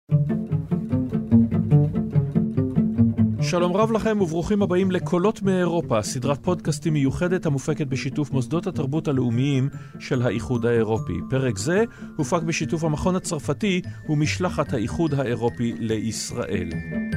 שלום רב לכם וברוכים הבאים לקולות מאירופה, סדרת פודקאסטים מיוחדת המופקת בשיתוף מוסדות התרבות הלאומיים של האיחוד האירופי. פרק זה הופק בשיתוף המכון הצרפתי ומשלחת האיחוד האירופי לישראל.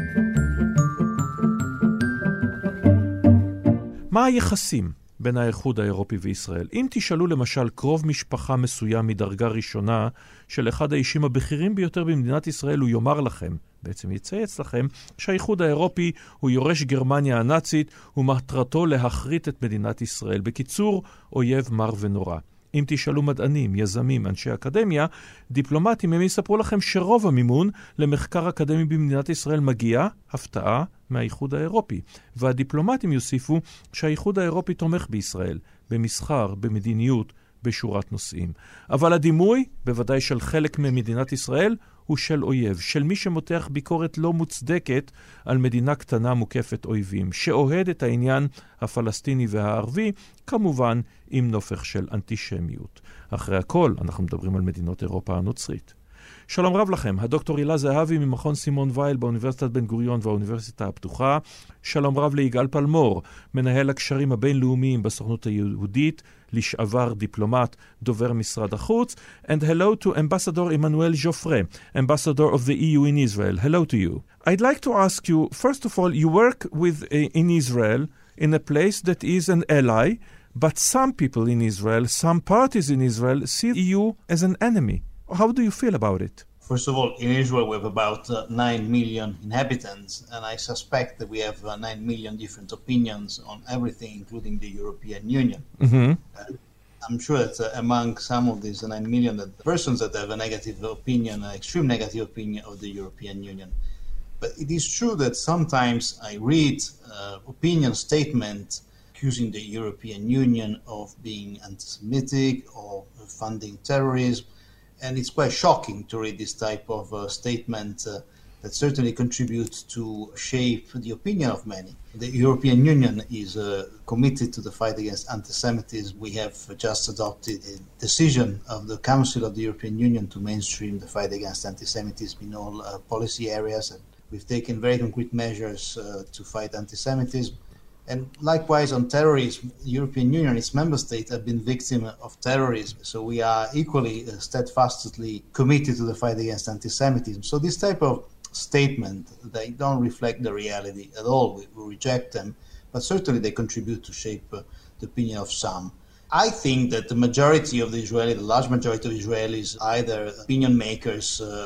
מה היחסים בין האיחוד האירופי וישראל? אם תשאלו למשל קרוב משפחה מסוים מדרגה ראשונה של אחד האישים הבכירים ביותר במדינת ישראל, הוא יאמר לכם, בעצם יצייץ לכם, שהאיחוד האירופי הוא יורש גרמניה הנאצית ומטרתו להחריט את מדינת ישראל. בקיצור, אויב מר ונורא. אם תשאלו מדענים, יזמים, אנשי אקדמיה, דיפלומטים, הם יספרו לכם שרוב המימון למחקר אקדמי במדינת ישראל מגיע, הפתעה, מהאיחוד האירופי. והדיפלומטים יוסיפו שהאיחוד האירופי תומך בישראל, במסחר, במדיניות, בשורת נושאים. אבל הדימוי, בוודאי של חלק ממדינת ישראל, הוא של אויב, של מי שמותח ביקורת לא מוצדקת על מדינה קטנה מוקפת אויבים, שאוהד את העניין הפלסטיני והערבי, כמובן עם נופך של אנטישמיות. אחרי הכל, אנחנו מדברים על מדינות אירופה הנוצרית. שלום רב לכם, הדוקטור הילה זהבי ממכון סימון וייל באוניברסיטת בן גוריון והאוניברסיטה הפתוחה. שלום רב ליגאל פלמור, מנהל הקשרים הבינלאומיים בסוכנות היהודית, לשעבר דיפלומט, דובר משרד החוץ. And hello to Ambassador Emmanuel Joffre, Ambassador of the EU in Israel. Hello to you. I'd like to ask you, first of all, you work in Israel in a place that is an ally, but some people in Israel, some parties in Israel see EU as an enemy. How do you feel about it? First of all, in Israel we have about 9 million inhabitants, and I suspect that we have 9 million different opinions on everything, including the European Union. Mm-hmm. I'm sure that among some of these 9 million persons that have a negative opinion, an extreme negative opinion of the European Union. But it is true that sometimes I read opinion statements accusing the European Union of being anti-Semitic or funding terrorism. And it's quite shocking to read this type of statement that certainly contributes to shape the opinion of many. The European Union is committed to the fight against anti-Semitism. We have just adopted a decision of the Council of the European Union to mainstream the fight against anti-Semitism in all policy areas. And we've taken very concrete measures to fight anti-Semitism. And likewise on terrorism, the European Union, its member states have been victims of terrorism. So we are equally steadfastly committed to the fight against anti-Semitism. So this type of statement, they don't reflect the reality at all. We reject them, but certainly they contribute to shape the opinion of some. I think that the majority of the large majority of Israelis, either opinion makers,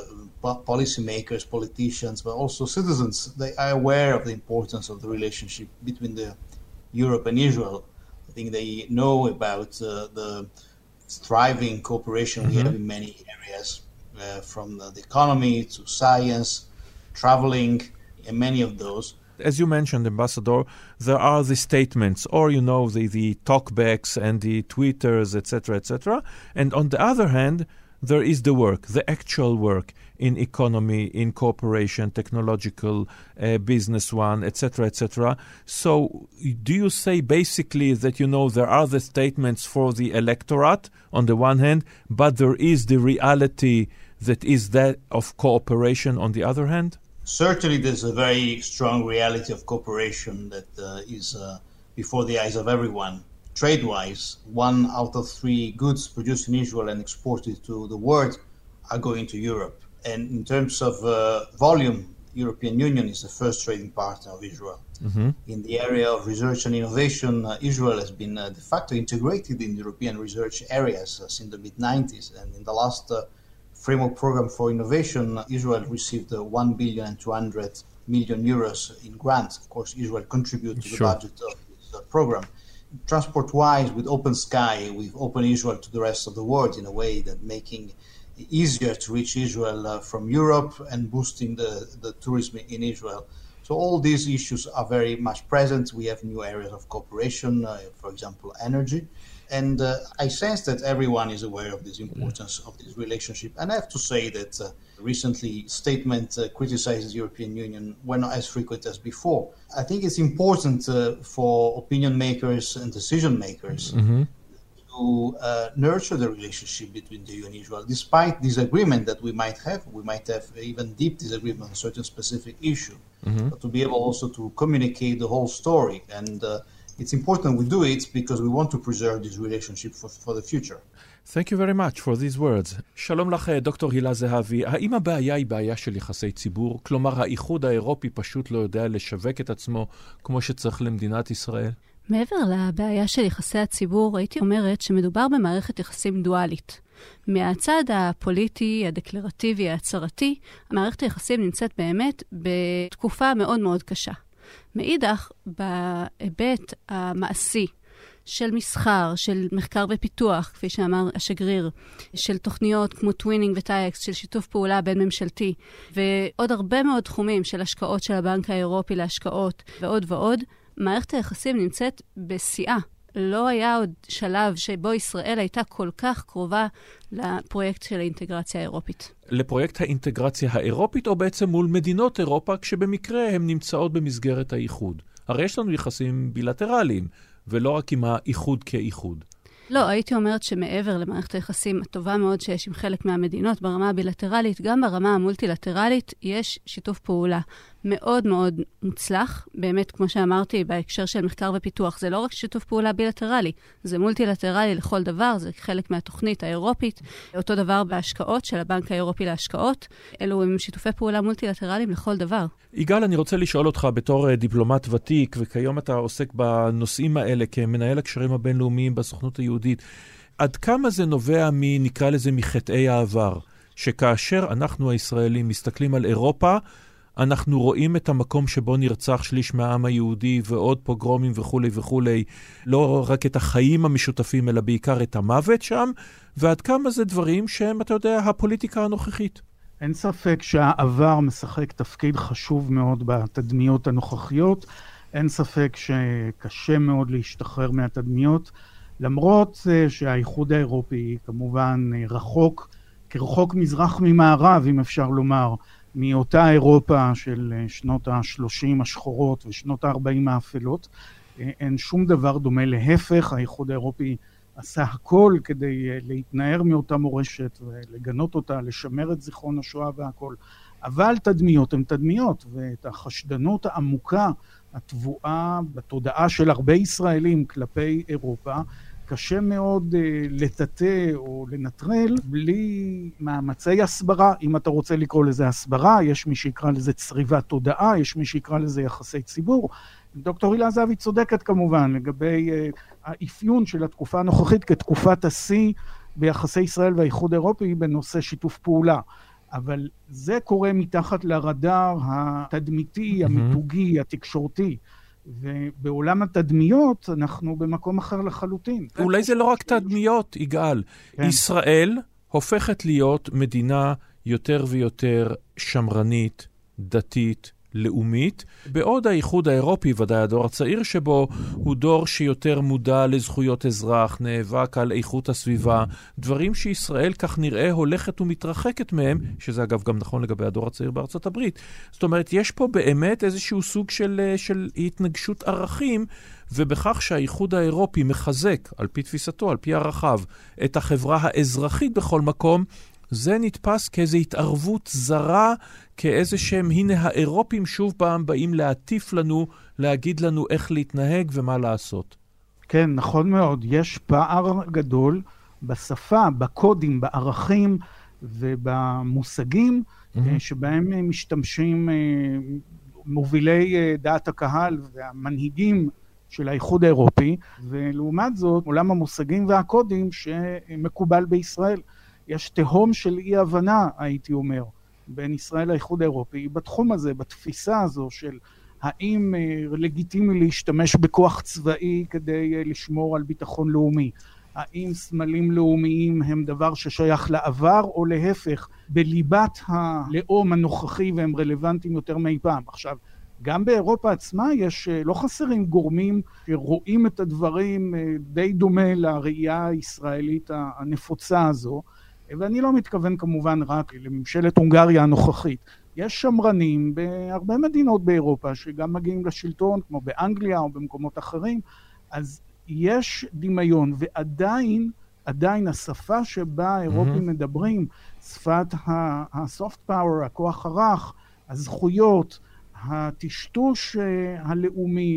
policy makers, politicians, but also citizens, they are aware of the importance of the relationship between Europe and Israel. I think they know about the thriving cooperation we have in many areas, from the economy to science, traveling, and many of those. As you mentioned, Ambassador, there are the statements or, the talkbacks and the Twitters, etc., etc. And on the other hand, there is the work, the actual work in economy, in cooperation, technological, business one, etc., etc. So do you say basically that, there are the statements for the electorate on the one hand, but there is the reality that is that of cooperation on the other hand? Certainly there's a very strong reality of cooperation that is before the eyes of everyone. Trade-wise, 1 out of 3 goods produced in Israel and exported to the world are going to Europe. And in terms of volume, European Union is the first trading partner of Israel. Mm-hmm. In the area of research and innovation, Israel has been de facto integrated in European research areas since the mid-90s. And in the last framework program for innovation, Israel received 1,200 million euros in grants. Of course, Israel contributes to the budget of this program. Transport-wise, with Open Sky, we've opened Israel to the rest of the world in a way that making it easier to reach Israel from Europe and boosting the tourism in Israel. So all these issues are very much present. We have new areas of cooperation, for example, energy. And I sense that everyone is aware of this importance of this relationship. And I have to say that recently statement criticizes the European Union were not as frequent as before. I think it's important for opinion makers and decision makers to to nurture the relationship between the EU and Israel, despite disagreement that we might have even deep disagreement on certain specific issue, but to be able also to communicate the whole story. And it's important we do it because we want to preserve this relationship for the future. Thank you very much for these words. שלום לך, דוקטור הילה זהבי. האם הבעיה היא בעיה של יחסי ציבור? כלומר, האיחוד האירופי פשוט לא יודע לשווק את עצמו כמו שצריך למדינת ישראל? מעבר לבעיה של יחסי הציבור, הייתי אומרת שמדובר במערכת יחסים דואלית. מהצד הפוליטי, הדקלרטיבי, ההצהרתי, המערכת היחסים נמצאת באמת בתקופה מאוד מאוד קשה. מאידך, בהיבט המעשי של מסחר, של מחקר ופיתוח, כפי שאמר השגריר, של תוכניות כמו טווינינג וטייאקס, של שיתוף פעולה בין ממשלתי, ועוד הרבה מאוד תחומים של השקעות של הבנק האירופי להשקעות ועוד ועוד, מערכת היחסים נמצאת בשיאה. לא היה עוד שלב שבו ישראל הייתה כל כך קרובה לפרויקט של האינטגרציה האירופית. לפרויקט האינטגרציה האירופית, או בעצם מול מדינות אירופה, כשבמקרה הן נמצאות במסגרת האיחוד? הרי יש לנו יחסים בילטרליים, ולא רק עם האיחוד כאיחוד. לא, הייתי אומרת שמעבר למערכת היחסים הטובה מאוד שיש עם חלק מהמדינות ברמה הבילטרלית, גם ברמה המולטילטרלית יש שיתוף פעולה מאוד מאוד מוצלח. באמת, כמו שאמרתי, בהקשר של מחקר ופיתוח, זה לא רק שיתוף פעולה בילטרלי, זה מולטילטרלי לכל דבר, זה חלק מהתוכנית האירופית. אותו דבר בהשקעות של הבנק האירופי להשקעות, אלו הם שיתופי פעולה מולטילטרליים לכל דבר. יגאל, אני רוצה לשאול אותך בתור דיפלומט ותיק, וכיום אתה עוסק בנושאים האלה כמנהל הקשרים הבינלאומיים בסוכנות היהודית. עד כמה זה נובע נקרא לזה מחטאי העבר, שכאשר אנחנו הישראלים מסתכלים על אירופה, אנחנו רואים את המקום שבו נרצח שליש מהעם היהודי ועוד פוגרומים וכו' וכו', לא רק את החיים המשותפים, אלא בעיקר את המוות שם, ועד כמה זה דברים שהם, אתה יודע, הפוליטיקה הנוכחית. אין ספק שהעבר משחק תפקיד חשוב מאוד בתדמיות הנוכחיות, אין ספק שקשה מאוד להשתחרר מהתדמיות, למרות שהאיחוד האירופי כמובן רחוק מזרח ממערב, אם אפשר לומר, מאותה אירופה של שנות ה-30 השחורות ושנות ה-40 האפלות. אין שום דבר דומה, להפך, האיחוד האירופי עשה הכל כדי להתנער מאותה מורשת ולגנות אותה, לשמר את זיכרון השואה והכל. אבל תדמיות הן תדמיות, ואת החשדנות העמוקה, התבואה בתודעה של הרבה ישראלים כלפי אירופה, קשה מאוד לטאטא או לנטרל בלי מאמצי הסברה. אם אתה רוצה לקרוא לזה הסברה, יש מי שיקרא לזה צריבת תודעה, יש מי שיקרא לזה יחסי ציבור. דוקטור הילה זהבי צודקת כמובן לגבי האפיון של התקופה הנוכחית כתקופת השיא ביחסי ישראל והאיחוד האירופי בנושא שיתוף פעולה. אבל זה קורה מתחת לרדאר התדמיתי, המיתוגי, התקשורתי. ובעולם התדמיות אנחנו במקום אחר לחלוטין. אולי זה לא רק תדמיות, יגאל. כן. ישראל הופכת להיות מדינה יותר ויותר שמרנית, דתית, לאומית, בעוד האיחוד האירופי, ודאי הדור הצעיר שבו, הוא דור שיותר מודע לזכויות אזרח, נאבק על איכות הסביבה, דברים שישראל כך נראה הולכת ומתרחקת מהם, שזה אגב גם נכון לגבי הדור הצעיר בארצות הברית. זאת אומרת, יש פה באמת איזשהו סוג של התנגשות ערכים, ובכך שהאיחוד האירופי מחזק, על פי תפיסתו, על פי הרחב, את החברה האזרחית בכל מקום, זה נתפס כאיזו התערבות זרה, כאיזה שהם, הנה האירופים שוב פעם באים להטיף לנו, להגיד לנו איך להתנהג ומה לעשות. כן, נכון מאוד. יש פער גדול בשפה, בקודים, בערכים ובמושגים שבהם משתמשים מובילי דעת הקהל והמנהיגים של האיחוד האירופי, ולעומת זאת עולם המושגים והקודים שמקובל בישראל. יש תהום של אי הבנה, הייתי אומר, בין ישראל לאיחוד האירופי, בתחום הזה, בתפיסה הזו של האם לגיטימי להשתמש בכוח צבאי כדי לשמור על ביטחון לאומי, האם סמלים לאומיים הם דבר ששייך לעבר או להפך, בליבת הלאום הנוכחי והם רלוונטיים יותר מאי פעם. עכשיו, גם באירופה עצמה יש, לא חסרים גורמים שרואים את הדברים די דומה לראייה הישראלית הנפוצה הזו, ואני לא מתכוון כמובן רק לממשלת הונגריה הנוכחית. יש שמרנים בהרבה מדינות באירופה שגם מגיעים לשלטון, כמו באנגליה או במקומות אחרים, אז יש דמיון, ועדיין השפה שבה האירופים מדברים, שפת הסופט פאוור, הכוח הרך, הזכויות, הטשטוש הלאומי,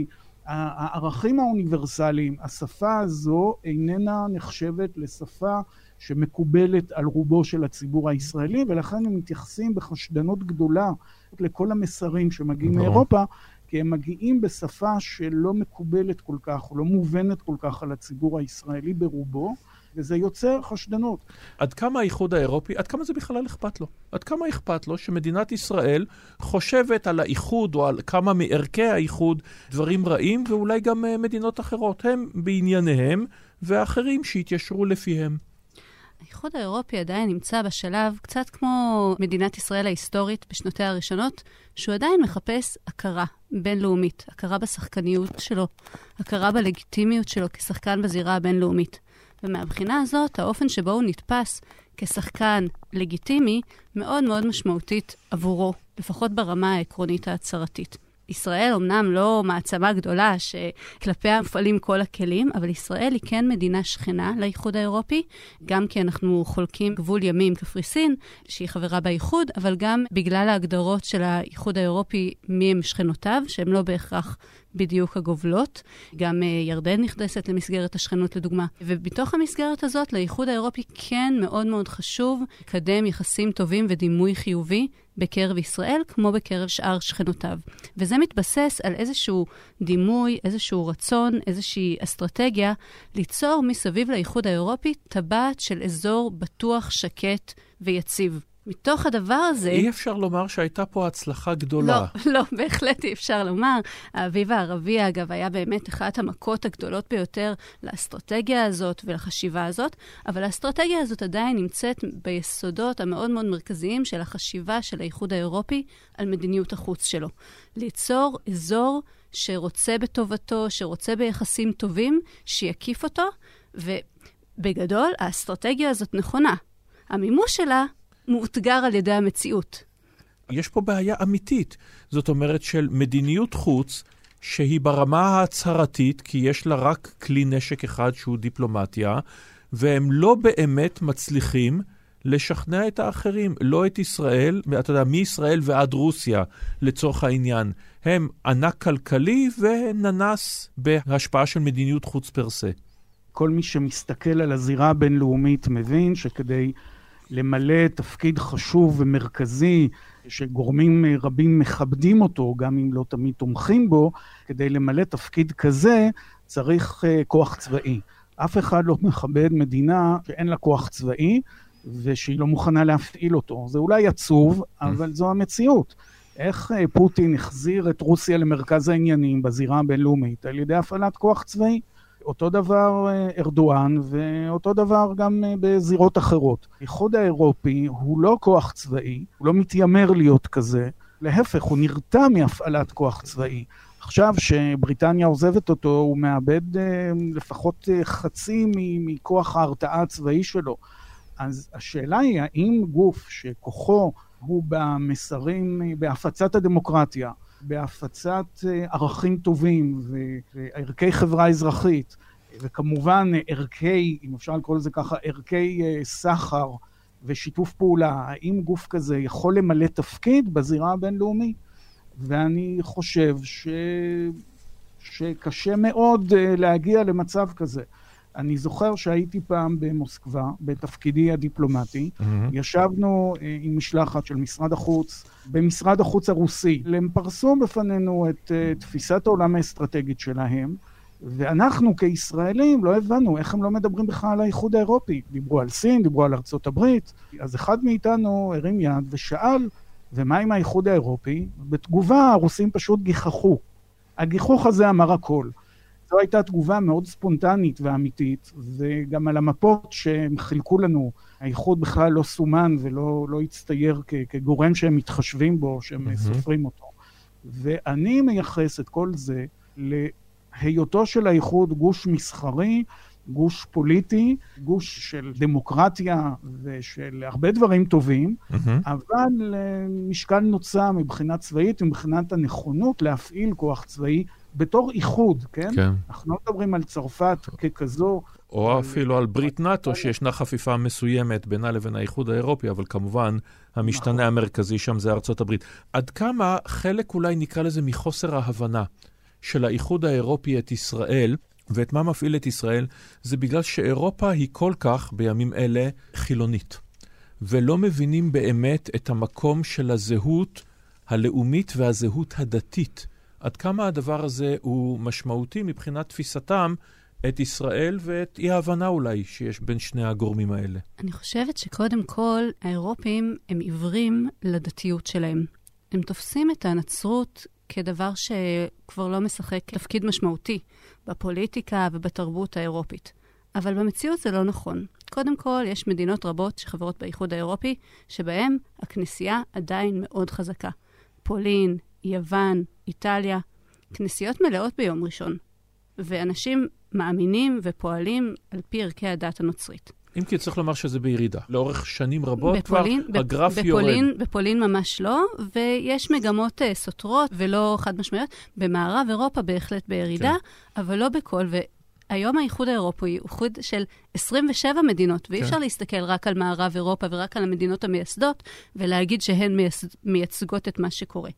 הערכים האוניברסליים, השפה הזו איננה נחשבת לשפה שמקובלת על רובו של הציבור הישראלי, ולכן הם מתייחסים בחשדנות גדולה לכל המסרים שמגיעים מאירופה, כי הם מגיעים בשפה שלא מקובלת כל כך, או לא מובנת כל כך על הציבור הישראלי ברובו, וזה יוצר חשדנות. עד כמה האיחוד האירופי, עד כמה זה בכלל אכפת לו? עד כמה אכפת לו שמדינת ישראל חושבת על האיחוד, או על כמה מערכי האיחוד, דברים רעים, ואולי גם מדינות אחרות, הם בענייניהם, ואחרים שהתיישרו לפיהם. האיחוד האירופי עדיין נמצא בשלב, קצת כמו מדינת ישראל ההיסטורית בשנותיה הראשונות, שהוא עדיין מחפש הכרה בינלאומית, הכרה בשחקניות שלו, הכרה בלגיטימיות שלו כשחקן בזירה הבינלאומית. ומהבחינה הזאת, האופן שבו הוא נתפס כשחקן לגיטימי, מאוד מאוד משמעותית עבורו, לפחות ברמה העקרונית ההצהרתית. ישראל אומנם לא מעצמה גדולה שכלפיה מופעלים כל הכלים, אבל ישראל היא כן מדינה שכנה לאיחוד האירופי, גם כי אנחנו חולקים גבול ימים קפריסין, שהיא חברה באיחוד, אבל גם בגלל ההגדרות של האיחוד האירופי מי הם שכנותיו, שהם לא בהכרח בדיוק הגובלות. גם ירדן נכנסת למסגרת השכנות לדוגמה. ובתוך המסגרת הזאת, לאיחוד האירופי כן מאוד מאוד חשוב לקדם יחסים טובים ודימוי חיובי בקרב ישראל, כמו בקרב שאר שכנותיו. וזה מתבסס על איזשהו דימוי, איזשהו רצון, איזושהי אסטרטגיה, ליצור מסביב לאיחוד האירופי טבעת של אזור בטוח, שקט ויציב. מתוך הדבר הזה... אי אפשר לומר שהייתה פה הצלחה גדולה. לא, בהחלט אי אפשר לומר. האביב הערבי, אגב, היה באמת אחת המכות הגדולות ביותר לאסטרטגיה הזאת ולחשיבה הזאת, אבל האסטרטגיה הזאת עדיין נמצאת ביסודות המאוד מאוד מרכזיים של החשיבה של האיחוד האירופי על מדיניות החוץ שלו. ליצור אזור שרוצה בטובתו, שרוצה ביחסים טובים, שיקיף אותו, ובגדול האסטרטגיה הזאת נכונה. המימוש שלה מאותגר על ידי המציאות. יש פה בעיה אמיתית. זאת אומרת של מדיניות חוץ שהיא ברמה ההצהרתית, כי יש לה רק כלי נשק אחד שהוא דיפלומטיה, והם לא באמת מצליחים לשכנע את האחרים, לא את ישראל, אתה יודע, מישראל ועד רוסיה לצורך העניין. הם ענק כלכלי וננס בהשפעה של מדיניות חוץ פרסה. כל מי שמסתכל על הזירה הבינלאומית מבין שכדי למלא תפקיד חשוב ומרכזי, שגורמים רבים מכבדים אותו, גם אם לא תמיד תומכים בו, כדי למלא תפקיד כזה צריך כוח צבאי. אף אחד לא מכבד מדינה שאין לה כוח צבאי, ושהיא לא מוכנה להפעיל אותו. זה אולי עצוב, אבל זו המציאות. איך פוטין החזיר את רוסיה למרכז העניינים בזירה הבינלאומית? על ידי הפעלת כוח צבאי. אותו דבר ארדואן, ואותו דבר גם בזירות אחרות. האיחוד האירופי הוא לא כוח צבאי, הוא לא מתיימר להיות כזה, להפך, הוא נרתע מהפעלת כוח צבאי. עכשיו שבריטניה עוזבת אותו, הוא מאבד לפחות חצי מכוח ההרתעה הצבאי שלו. אז השאלה היא, האם גוף שכוחו הוא במסרים, בהפצת הדמוקרטיה, בהפצת ערכים טובים וערכי חברה אזרחית, וכמובן ערכי, אם אפשר לקרוא לזה ככה, ערכי סחר ושיתוף פעולה, האם גוף כזה יכול למלא תפקיד בזירה הבינלאומית? ואני חושב שקשה מאוד להגיע למצב כזה. אני זוכר שהייתי פעם במוסקבה, בתפקידי הדיפלומטי, ישבנו עם משלחת של משרד החוץ, במשרד החוץ הרוסי, הם פרסו בפנינו את תפיסת העולם האסטרטגית שלהם, ואנחנו כישראלים לא הבנו איך הם לא מדברים בכלל על האיחוד האירופי. דיברו על סין, דיברו על ארצות הברית, אז אחד מאיתנו הרים יד ושאל, ומה עם האיחוד האירופי? בתגובה הרוסים פשוט גיחכו. הגיחוך הזה אמר הכל. זו הייתה תגובה מאוד ספונטנית ואמיתית, וגם על המפות שהם חילקו לנו, האיחוד בכלל לא סומן ולא הצטייר כגורם שהם מתחשבים בו, שהם סופרים אותו. ואני מייחס את כל זה להיותו של האיחוד גוש מסחרי, גוש פוליטי, גוש של דמוקרטיה ושל הרבה דברים טובים, אבל משקל נוצה מבחינה צבאית ומבחינת הנכונות להפעיל כוח צבאי בתור איחוד, כן? כן. אנחנו לא מדברים על צרפת ככזו. או אפילו על ברית נאטו, שישנה חפיפה מסוימת בינה לבין האיחוד האירופי, אבל כמובן המשתנה המרכזי שם זה ארצות הברית. עד כמה חלק אולי נקרא לזה מחוסר ההבנה של האיחוד האירופי את ישראל, ואת מה מפעיל את ישראל, זה בגלל שאירופה היא כל כך בימים אלה חילונית. ולא מבינים באמת את המקום של הזהות הלאומית והזהות הדתית. עד כמה הדבר הזה הוא משמעותי מבחינת תפיסתם את ישראל ואת אי ההבנה אולי שיש בין שני הגורמים האלה. אני חושבת שקודם כל האירופים הם עיוורים לדתיות שלהם. הם תופסים את הנצרות כדבר שכבר לא משחק תפקיד משמעותי בפוליטיקה ובתרבות האירופית. אבל במציאות זה לא נכון. קודם כל, יש מדינות רבות שחברות באיחוד האירופי, שבהן הכנסייה עדיין מאוד חזקה. פולין, יוון, איטליה, כנסיות מלאות ביום ראשון. ואנשים מאמינים ופועלים על פי ערכי הדת הנוצרית. אם כי צריך לומר שזה בירידה. לאורך שנים רבות כבר הגרף יורד. בפולין ממש לא, ויש מגמות סותרות ולא חד משמעיות. במערב אירופה בהחלט בירידה, כן. אבל לא בכל. והיום האיחוד האירופי הוא איחוד של 27 מדינות, ואי אפשר להסתכל רק על מערב אירופה ורק על המדינות המייסדות, ולהגיד שהן מייצגות את מה שקורה.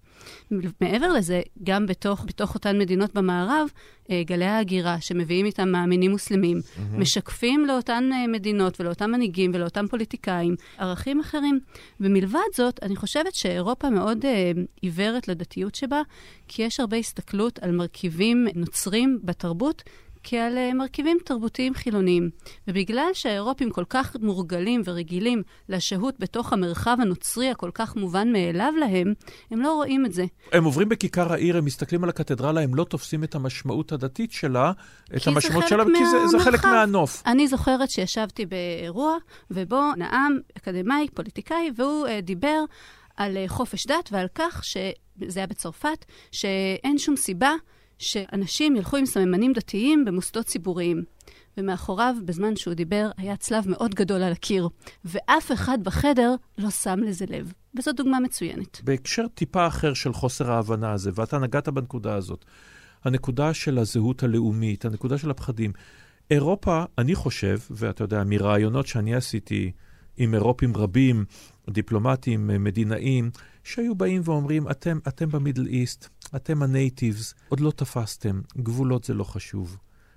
מעבר לזה, גם בתוך אותן מדינות במערב, גלי ההגירה שמביאים איתם מאמינים מוסלמים, משקפים לאותן מדינות ולאותם מנהיגים ולאותם פוליטיקאים ערכים אחרים. ומלבד זאת, אני חושבת שאירופה מאוד עיוורת לדתיות שבה, כי יש הרבה הסתכלות על מרכיבים נוצרים בתרבות, כעל מרכיבים תרבותיים חילוניים. ובגלל שהאירופים כל כך מורגלים ורגילים לשהות בתוך המרחב הנוצרי הכל כך מובן מאליו להם, הם לא רואים את זה. הם עוברים בכיכר העיר, הם מסתכלים על הקתדרלה, הם לא תופסים את המשמעות הדתית שלה, את המשמעות שלה, כי זה חלק מהנוף. אני זוכרת שישבתי באירוע, ובו נאם אקדמאי, פוליטיקאי, והוא דיבר על חופש דת ועל כך, שזה היה בצרפת, שאין שום סיבה שאנשים ילכו עם סממנים דתיים במוסדות ציבוריים. ומאחוריו, בזמן שהוא דיבר, היה צלב מאוד גדול על הקיר, ואף אחד בחדר לא שם לזה לב. וזו דוגמה מצוינת. בהקשר טיפה אחר של חוסר ההבנה הזה, ואתה נגעת בנקודה הזאת, הנקודה של הזהות הלאומית, הנקודה של הפחדים. אירופה, אני חושב, ואתה יודע, מרעיונות שאני עשיתי עם אירופים רבים, דיפלומטים, מדינאים, שהיו באים ואומרים, אתם במידל איסט, אתם הנייטיבס, עוד לא תפסתם, גבולות זה לא חשוב.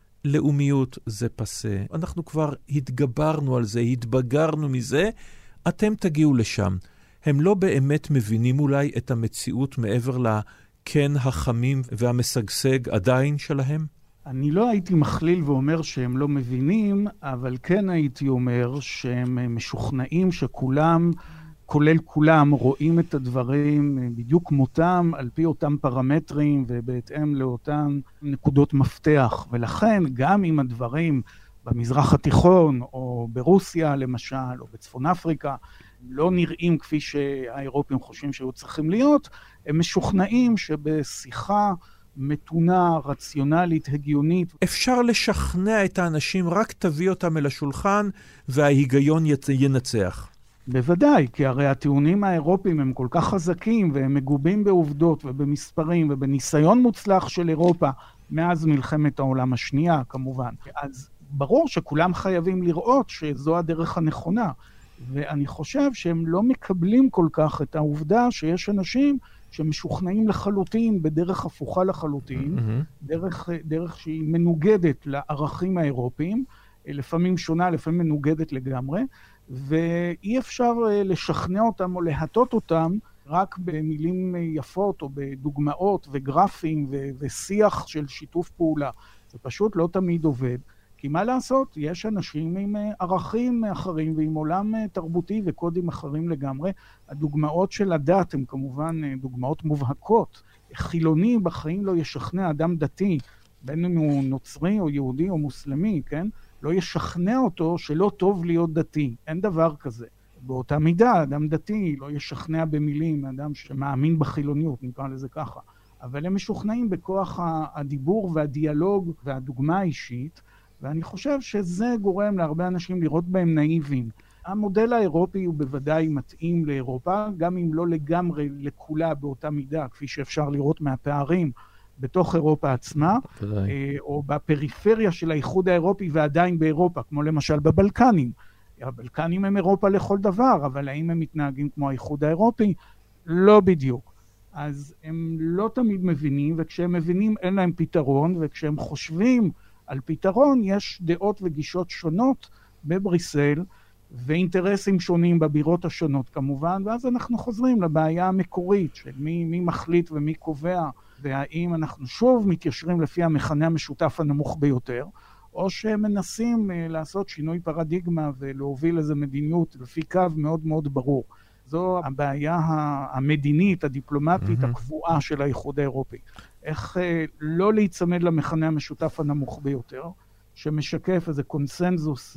לאומיות זה פסה. אנחנו כבר התגברנו על זה, התבגרנו מזה, אתם תגיעו לשם. הם לא באמת מבינים אולי את המציאות מעבר לכן החמים והמשגשג עדיין שלהם? אני לא הייתי מכליל ואומר שהם לא מבינים, אבל כן הייתי אומר שהם משוכנעים שכולם, כולל כולם, רואים את הדברים בדיוק כמותם, על פי אותם פרמטרים ובהתאם לאותן נקודות מפתח. ולכן גם אם הדברים במזרח התיכון או ברוסיה למשל, או בצפון אפריקה, לא נראים כפי שהאירופים חושבים שהיו צריכים להיות, הם משוכנעים שבשיחה מתונה, רציונלית, הגיונית. אפשר לשכנע את האנשים, רק תביא אותם אל השולחן וההיגיון ינצח. בוודאי, כי הרי הטיעונים האירופיים הם כל כך חזקים והם מגובים בעובדות ובמספרים ובניסיון מוצלח של אירופה מאז מלחמת העולם השנייה כמובן. אז ברור שכולם חייבים לראות שזו הדרך הנכונה. ואני חושב שהם לא מקבלים כל כך את העובדה שיש אנשים שמשוכנעים לחלוטין בדרך הפוכה לחלוטין, דרך שהיא מנוגדת לערכים האירופיים, לפעמים שונה, לפעמים מנוגדת לגמרי, ואי אפשר לשכנע אותם או להטות אותם רק במילים יפות או בדוגמאות וגרפים ושיח של שיתוף פעולה. זה פשוט לא תמיד עובד. כי מה לעשות? יש אנשים עם ערכים אחרים ועם עולם תרבותי וקודים אחרים לגמרי. הדוגמאות של הדת הן כמובן דוגמאות מובהקות. חילוני בחיים לא ישכנע אדם דתי, בין אם הוא נוצרי או יהודי או מוסלמי, כן? לא ישכנע אותו שלא טוב להיות דתי. אין דבר כזה. באותה מידה, אדם דתי לא ישכנע במילים, אדם שמאמין בחילוניות, נקרא לזה ככה. אבל הם משוכנעים בכוח הדיבור והדיאלוג והדוגמה האישית, ואני חושב שזה גורם להרבה אנשים לראות בהם נאיבים. המודל האירופי הוא בוודאי מתאים לאירופה, גם אם לא לגמרי לכולה באותה מידה, כפי שאפשר לראות מהפערים בתוך אירופה עצמה, או בפריפריה של האיחוד האירופי ועדיין באירופה, כמו למשל בבלקנים. הבלקנים הם אירופה לכל דבר, אבל האם הם מתנהגים כמו האיחוד האירופי? לא בדיוק. אז הם לא תמיד מבינים, וכשהם מבינים אין להם פתרון, וכשהם חושבים על פתרון, יש דעות וגישות שונות בבריסל, ואינטרסים שונים בבירות השונות כמובן, ואז אנחנו חוזרים לבעיה המקורית של מי מחליט ומי קובע, והאם אנחנו שוב מתיישרים לפי המכנה המשותף הנמוך ביותר, או שהם מנסים לעשות שינוי פרדיגמה ולהוביל איזו מדיניות לפי קו מאוד מאוד ברור. זו הבעיה המדינית, הדיפלומטית, הקבועה של האיחוד האירופי. איך לא להיצמד למכנה המשותף הנמוך ביותר, שמשקף איזה קונסנזוס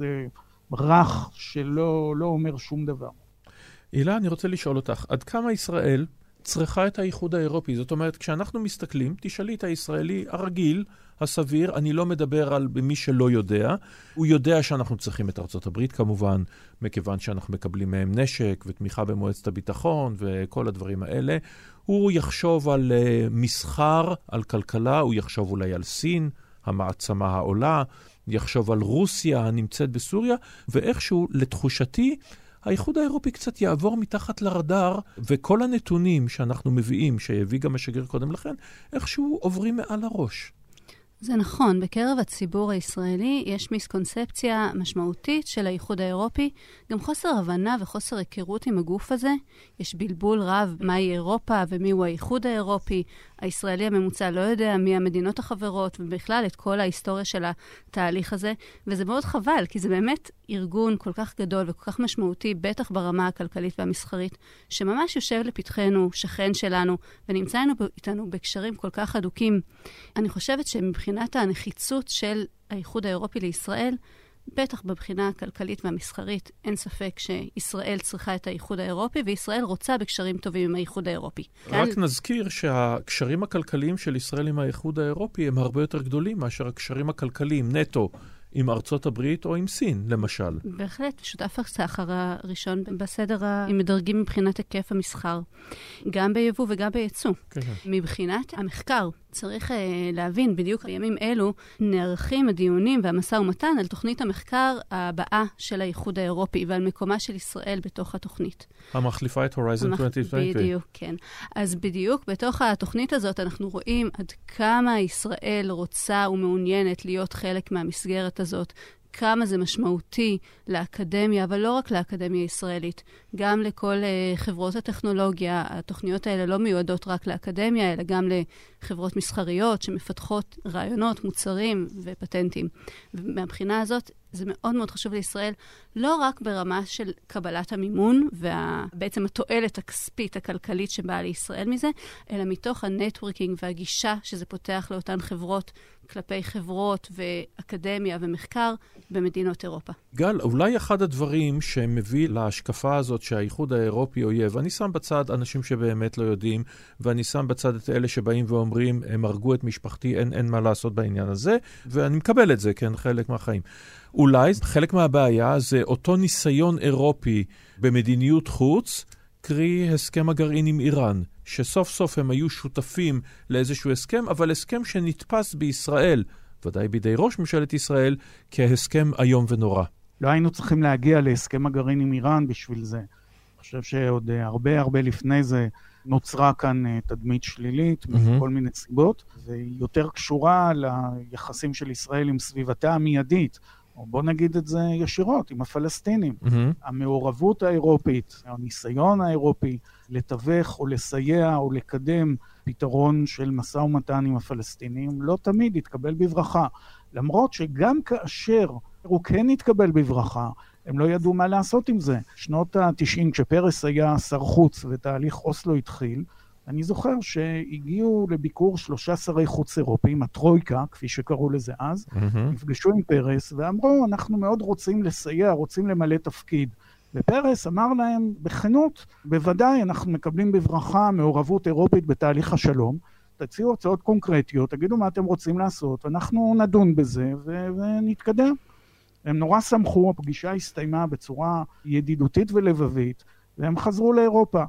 רך שלא אומר שום דבר. הילה, אני רוצה לשאול אותך, עד כמה ישראל צריכה את האיחוד האירופי? זאת אומרת, כשאנחנו מסתכלים, תשאלי את הישראלי הרגיל, הסביר, אני לא מדבר על מי שלא יודע, הוא יודע שאנחנו צריכים את ארצות הברית כמובן, מכיוון שאנחנו מקבלים מהם נשק ותמיכה במועצת הביטחון וכל הדברים האלה. הוא יחשוב על מסחר, על כלכלה, הוא יחשוב אולי על סין, המעצמה העולה, יחשוב על רוסיה הנמצאת בסוריה, ואיכשהו לתחושתי, האיחוד האירופי קצת יעבור מתחת לרדאר, וכל הנתונים שאנחנו מביאים, שהביא גם השגריר קודם לכן, איכשהו עוברים מעל הראש. זה נכון, בקרב הציבור הישראלי יש מיסקונספציה משמעותית של האיחוד האירופי, גם חוסר הבנה וחוסר היכרות עם הגוף הזה. יש בלבול רב מהי אירופה ומיהו האיחוד האירופי. הישראלי הממוצע לא יודע מי המדינות החברות, ובכלל את כל ההיסטוריה של התהליך הזה, וזה מאוד חבל, כי זה באמת ארגון כל כך גדול וכל כך משמעותי, בטח ברמה הכלכלית והמסחרית, שממש יושב לפתחנו, שכן שלנו, ונמצא איתנו בקשרים כל כך אדוקים. אני חושבת שמבחינת הנחיצות של האיחוד האירופי לישראל, בטח בבחינה הכלכלית והמסחרית, אין ספק שישראל צריכה את האיחוד האירופי, וישראל רוצה בקשרים טובים עם האיחוד האירופי. רק נזכיר שהקשרים הכלכליים של ישראל עם האיחוד האירופי הם הרבה יותר גדולים מאשר הקשרים הכלכליים נטו עם ארצות הברית או עם סין, למשל. בהחלט, שותף הסחר הראשון בסדר, אם מדרגים מבחינת היקף המסחר, גם ביבוא וגם בייצוא. כן. מבחינת המחקר, צריך להבין, בדיוק בימים אלו נערכים הדיונים והמשא ומתן על תוכנית המחקר הבאה של האיחוד האירופי, ועל מקומה של ישראל בתוך התוכנית. המחליפה את הורייזן 2020. בדיוק, כן. אז בדיוק בתוך התוכנית הזאת אנחנו רואים עד כמה ישראל רוצה ומעוניינת להיות חלק מהמסגרת הזאת, כמה זה משמעותי לאקדמיה, אבל לא רק לאקדמיה הישראלית, גם לכל חברות הטכנולוגיה. התוכניות האלה לא מיועדות רק לאקדמיה, אלא גם לחברות מסחריות שמפתחות רעיונות, מוצרים ופטנטים. ומהבחינה הזאת זה מאוד מאוד חשוב לישראל, לא רק ברמה של קבלת המימון ובעצם התועלת הכספית הכלכלית שבאה לישראל מזה, אלא מתוך הנטוורקינג והגישה שזה פותח לאותן חברות כלפי חברות ואקדמיה ומחקר במדינות אירופה. גל, אולי אחד הדברים שמביא להשקפה הזאת שהאיחוד האירופי אויב, אני שם בצד אנשים שבאמת לא יודעים, ואני שם בצד את אלה שבאים ואומרים, הם הרגו את משפחתי, אין מה לעשות בעניין הזה, ואני מקבל את זה, כן, חלק מהחיים. אולי חלק מהבעיה זה אותו ניסיון אירופי במדיניות חוץ, קרי הסכם הגרעין עם איראן, שסוף סוף הם היו שותפים לאיזשהו הסכם, אבל הסכם שנתפס בישראל, ודאי בידי ראש ממשלת ישראל, כהסכם איום ונורא. לא היינו צריכים להגיע להסכם הגרעין עם איראן בשביל זה. אני חושב שעוד הרבה לפני זה נוצרה כאן תדמית שלילית, מכל מיני סיבות, והיא יותר קשורה ליחסים של ישראל עם סביבתה המיידית, או בוא נגיד את זה ישירות, עם הפלסטינים. המעורבות האירופית, הניסיון האירופי, לתווך או לסייע או לקדם פתרון של משא ומתן עם הפלסטינים, לא תמיד יתקבל בברכה. למרות שגם כאשר הוא כן יתקבל בברכה, הם לא ידעו מה לעשות עם זה. שנות ה-90, כשפרס היה שר חוץ ותהליך אוסלו התחיל, אני זוכר שהגיעו לביקור 3 שרי חוץ אירופיים, הטרויקה, כפי שקראו לזה אז, נפגשו עם פרס ואמרו, אנחנו מאוד רוצים לסייע, רוצים למלא תפקיד. ופרס אמר להם בכנות, בוודאי אנחנו מקבלים בברכה מעורבות אירופית בתהליך השלום, תציעו הצעות קונקרטיות, תגידו מה אתם רוצים לעשות, ואנחנו נדון בזה ונתקדם. הם נורא שמחו, הפגישה הסתיימה בצורה ידידותית ולבבית, והם חזרו לאירופה.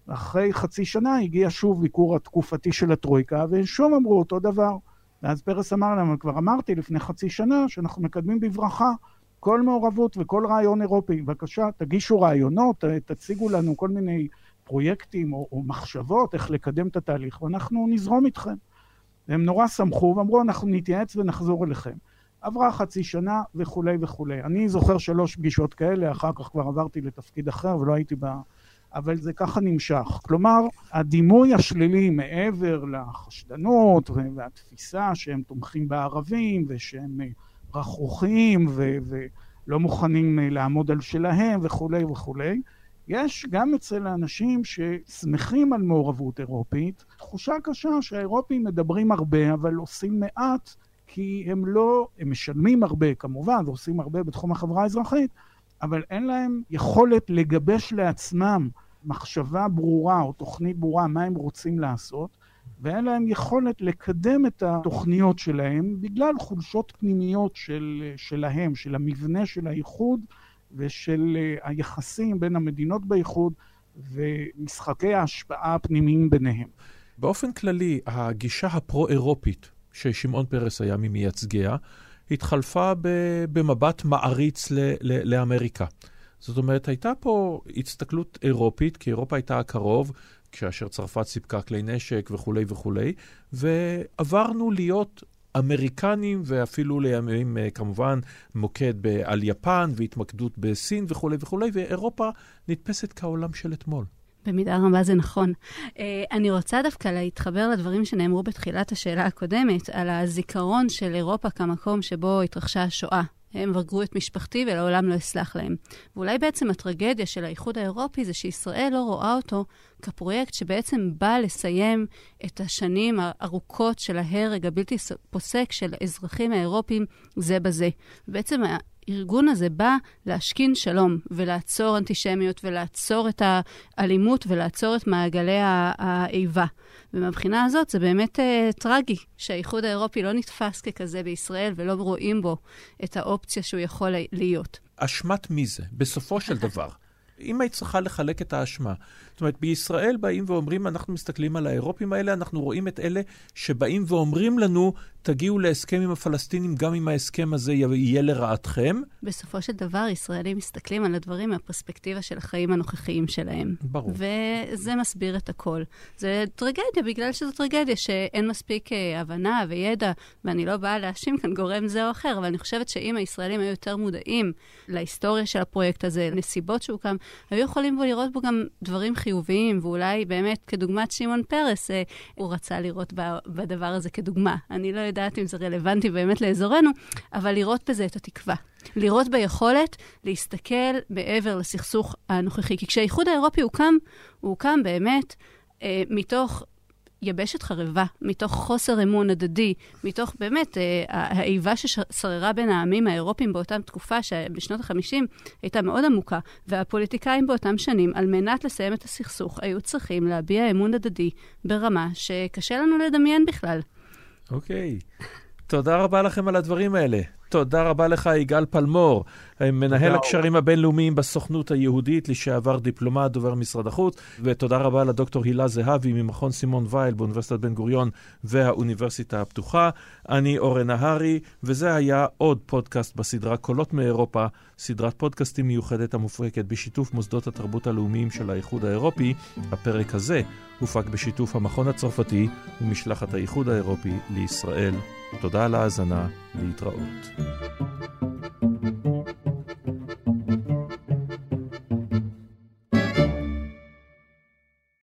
אחרי חצי שנה הגיע שוב ביקור התקופתי של הטרויקה, ושום אמרו אותו דבר. ואז פרס אמר להם, כבר אמרתי לפני חצי שנה שאנחנו מקדמים בברכה כל מעורבות וכל רעיון אירופי. בבקשה, תגישו רעיונות, תציגו לנו כל מיני פרויקטים או מחשבות איך לקדם את התהליך, ואנחנו נזרום איתכם. והם נורא שמחו ואמרו, אנחנו נתייעץ ונחזור אליכם. עברה חצי שנה וכו' וכו'. אני זוכר 3 פגישות כאלה, אחר כך כבר עברתי לתפקיד אחר ולא הייתי בה, אבל זה ככה נמשך. כלומר, הדימוי השלילי מעבר לחשדנות והתפיסה שהם תומכים בערבים ושהם רכרוכיים ולא מוכנים לעמוד על שלהם וכו' וכו'. יש גם אצל האנשים ששמחים על מעורבות אירופית, תחושה קשה שהאירופים מדברים הרבה אבל עושים מעט, כי הם משלמים הרבה כמובן ועושים הרבה בתחום החברה האזרחית, אבל אין להם יכולת לגבש לעצמם מחשבה ברורה או תוכנית ברורה מה הם רוצים לעשות, ואין להם יכולת לקדם את התוכניות שלהם בגלל חולשות פנימיות שלהם, של המבנה של האיחוד ושל היחסים בין המדינות באיחוד ומשחקי ההשפעה הפנימיים ביניהם. באופן כללי, הגישה הפרו-אירופית ששמעון פרס היה ממייצגיה, התחלפה במבט מעריץ לאמריקה. זאת אומרת, הייתה פה הסתכלות אירופית, כי אירופה הייתה הקרוב, כאשר צרפת סיפקה כלי נשק וכו' וכו', ועברנו להיות אמריקנים, ואפילו לימים כמובן מוקד על יפן, והתמקדות בסין וכו' וכו', ואירופה נתפסת כעולם של אתמול. במידה רבה זה נכון. אני רוצה דווקא להתחבר לדברים שנאמרו בתחילת השאלה הקודמת, על הזיכרון של אירופה כמקום שבו התרחשה השואה. הם ברגו את משפחתי ולעולם לא אסלח להם. ואולי בעצם הטרגדיה של האיחוד האירופי זה שישראל לא רואה אותו כפרויקט שבעצם בא לסיים את השנים הארוכות של ההרג הבלתי פוסק של האזרחים האירופים זה בזה. ובעצם הארגון הזה בא להשכין שלום ולעצור אנטישמיות ולעצור את האלימות ולעצור את מעגלי האיבה. ומבחינה הזאת זה באמת טרגי שהאיחוד האירופי לא נתפס ככזה בישראל ולא רואים בו את האופציה שהוא יכול להיות. אשמת מי זה? בסופו של דבר. אם היית צריכה לחלק את האשמה. זאת אומרת, בישראל באים ואומרים, אנחנו מסתכלים על האירופים האלה, אנחנו רואים את אלה שבאים ואומרים לנו, תגיעו להסכם עם הפלסטינים, גם אם ההסכם הזה יהיה לרעתכם. בסופו של דבר, ישראלים מסתכלים על הדברים מהפרספקטיבה של החיים הנוכחיים שלהם. ברור. וזה מסביר את הכל. זה טרגדיה, בגלל שזו טרגדיה שאין מספיק הבנה וידע, ואני לא באה להאשים כאן גורם זה או אחר, אבל אני חושבת שאם הישראלים היו יותר מודעים להיסטוריה של הפרויקט הזה, לנסיבות שהוא קם, היו יכולים בו לראות בו גם דברים חיוביים, ואולי באמת כדוגמת שמעון פרס, הוא רצה לראות בדבר הזה כדוגמה. אני לא יודעת אם זה רלוונטי באמת לאזורנו, אבל לראות בזה את התקווה. לראות ביכולת להסתכל מעבר לסכסוך הנוכחי. כי כשהאיחוד האירופי הוא קם באמת מתוך יבשת חרבה, מתוך חוסר אמון הדדי, מתוך באמת האיבה ששררה בין העמים האירופיים באותם תקופה שבשנות ה-50 הייתה מאוד עמוקה, והפוליטיקאים באותם שנים, על מנת לסיים את הסכסוך, היו צריכים להביע אמון הדדי ברמה שקשה לנו לדמיין בכלל. אוקיי. תודה רבה לכם על הדברים האלה. תודה רבה לך, יגאל פלמור, מנהל הקשרים הבינלאומיים בסוכנות היהודית, לשעבר דיפלומט, דובר משרד החוץ, ותודה רבה לדוקטור הילה זהבי ממכון סימון וייל באוניברסיטת בן גוריון והאוניברסיטה הפתוחה. אני אורן נהרי, וזה היה עוד פודקאסט בסדרה קולות מאירופה, סדרת פודקאסטים מיוחדת המופקת בשיתוף מוסדות התרבות הלאומיים של האיחוד האירופי. הפרק הזה הופק בשיתוף המכון הצרפתי ומשלחת האיחוד האירופי לישראל. תודה על ההאזנה, להתראות.